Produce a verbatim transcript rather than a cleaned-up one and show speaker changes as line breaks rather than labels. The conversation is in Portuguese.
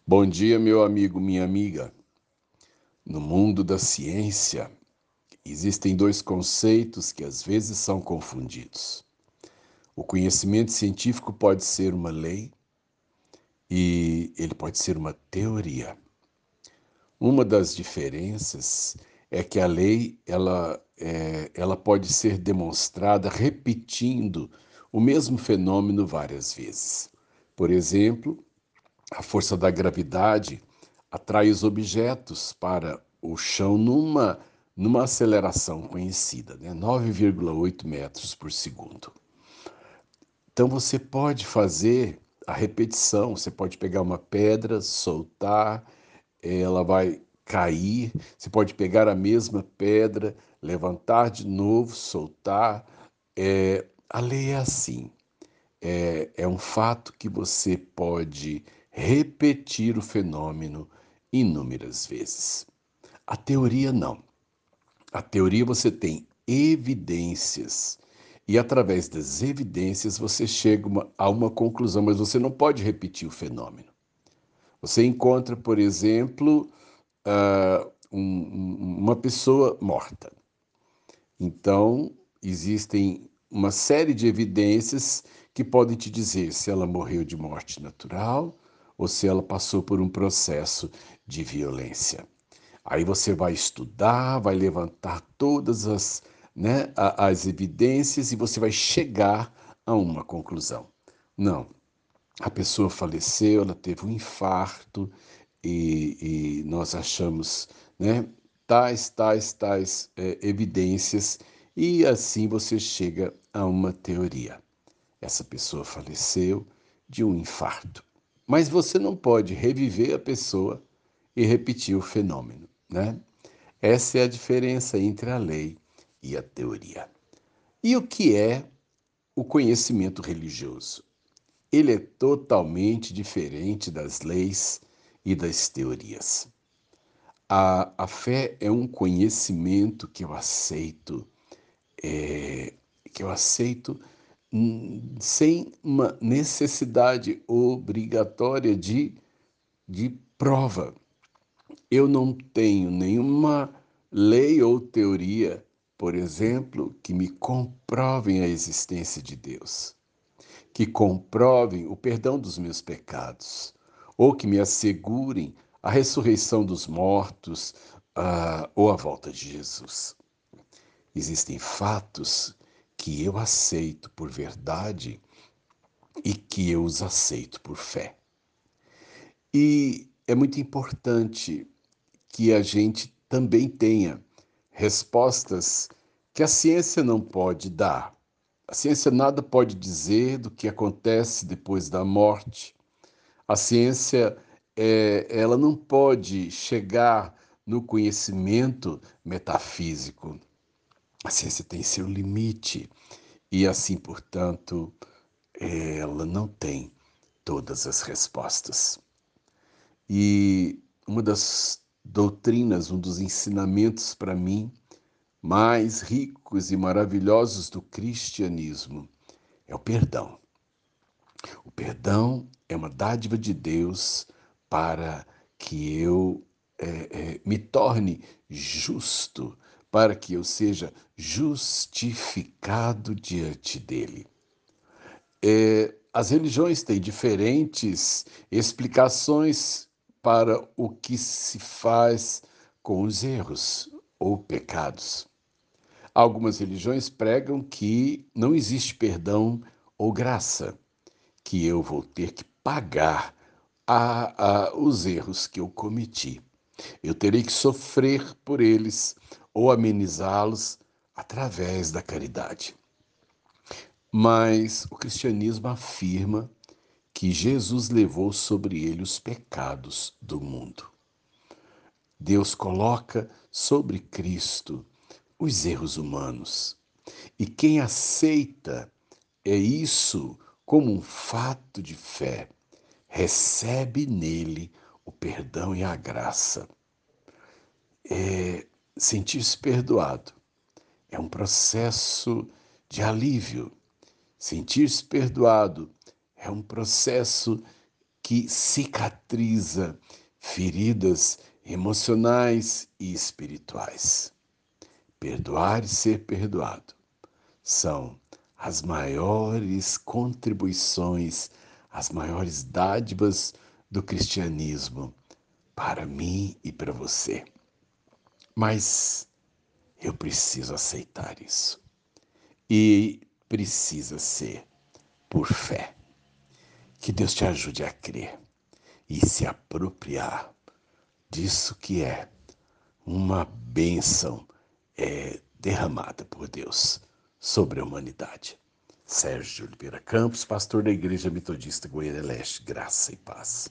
Bom dia, meu amigo, minha amiga. No mundo da ciência, existem dois conceitos que às vezes são confundidos. O conhecimento científico pode ser uma lei e ele pode ser uma teoria. Uma das diferenças é que a lei ela, é, ela pode ser demonstrada repetindo o mesmo fenômeno várias vezes. Por exemplo, a força da gravidade atrai os objetos para o chão numa, numa aceleração conhecida, né? nove vírgula oito metros por segundo. Então você pode fazer a repetição, você pode pegar uma pedra, soltar, ela vai cair, você pode pegar a mesma pedra, levantar de novo, soltar. É, a lei é assim. É, é um fato que você pode repetir o fenômeno inúmeras vezes. A teoria não. A teoria você tem evidências e através das evidências você chega uma, a uma conclusão, mas você não pode repetir o fenômeno. Você encontra, por exemplo, uh, um, um, uma pessoa morta. Então, existem uma série de evidências que podem te dizer se ela morreu de morte natural ou se ela passou por um processo de violência. Aí você vai estudar, vai levantar todas as, né, as evidências e você vai chegar a uma conclusão. Não, a pessoa faleceu, ela teve um infarto e, e nós achamos, né, tais, tais, tais é, evidências e assim você chega a uma teoria. Essa pessoa faleceu de um infarto. Mas você não pode reviver a pessoa e repetir o fenômeno, né? Essa é a diferença entre a lei e a teoria. E o que é o conhecimento religioso? Ele é totalmente diferente das leis e das teorias. A, a fé é um conhecimento que eu aceito, é, que eu aceito hum, sem uma necessidade obrigatória de, de prova. Eu não tenho nenhuma lei ou teoria, por exemplo, que me comprovem a existência de Deus, que comprovem o perdão dos meus pecados, ou que me assegurem a ressurreição dos mortos, uh, ou a volta de Jesus. Existem fatos que eu aceito por verdade e que eu os aceito por fé. E é muito importante que a gente também tenha respostas que a ciência não pode dar. A ciência nada pode dizer do que acontece depois da morte. A ciência, é, ela não pode chegar no conhecimento metafísico. A ciência tem seu limite e, assim, portanto, ela não tem todas as respostas. E uma das doutrinas, um dos ensinamentos para mim mais ricos e maravilhosos do cristianismo é o perdão. O perdão é uma dádiva de Deus para que eu é, é, me torne justo, para que eu seja justificado diante dele. É, as religiões têm diferentes explicações para o que se faz com os erros ou pecados. Algumas religiões pregam que não existe perdão ou graça, que eu vou ter que pagar a, a, os erros que eu cometi. Eu terei que sofrer por eles ou amenizá-los através da caridade. Mas o cristianismo afirma que Jesus levou sobre ele os pecados do mundo. Deus coloca sobre Cristo os erros humanos. E quem aceita é isso como um fato de fé, recebe nele o perdão e a graça. É, sentir-se perdoado é um processo de alívio. Sentir-se perdoado é um processo que cicatriza feridas emocionais e espirituais. Perdoar e ser perdoado são as maiores contribuições, as maiores dádivas do cristianismo para mim e para você. Mas eu preciso aceitar isso. E precisa ser por fé. Que Deus te ajude a crer e se apropriar disso que é uma bênção é, derramada por Deus sobre a humanidade. Sérgio de Oliveira Campos, pastor da Igreja Metodista Goiânia Leste, graça e paz.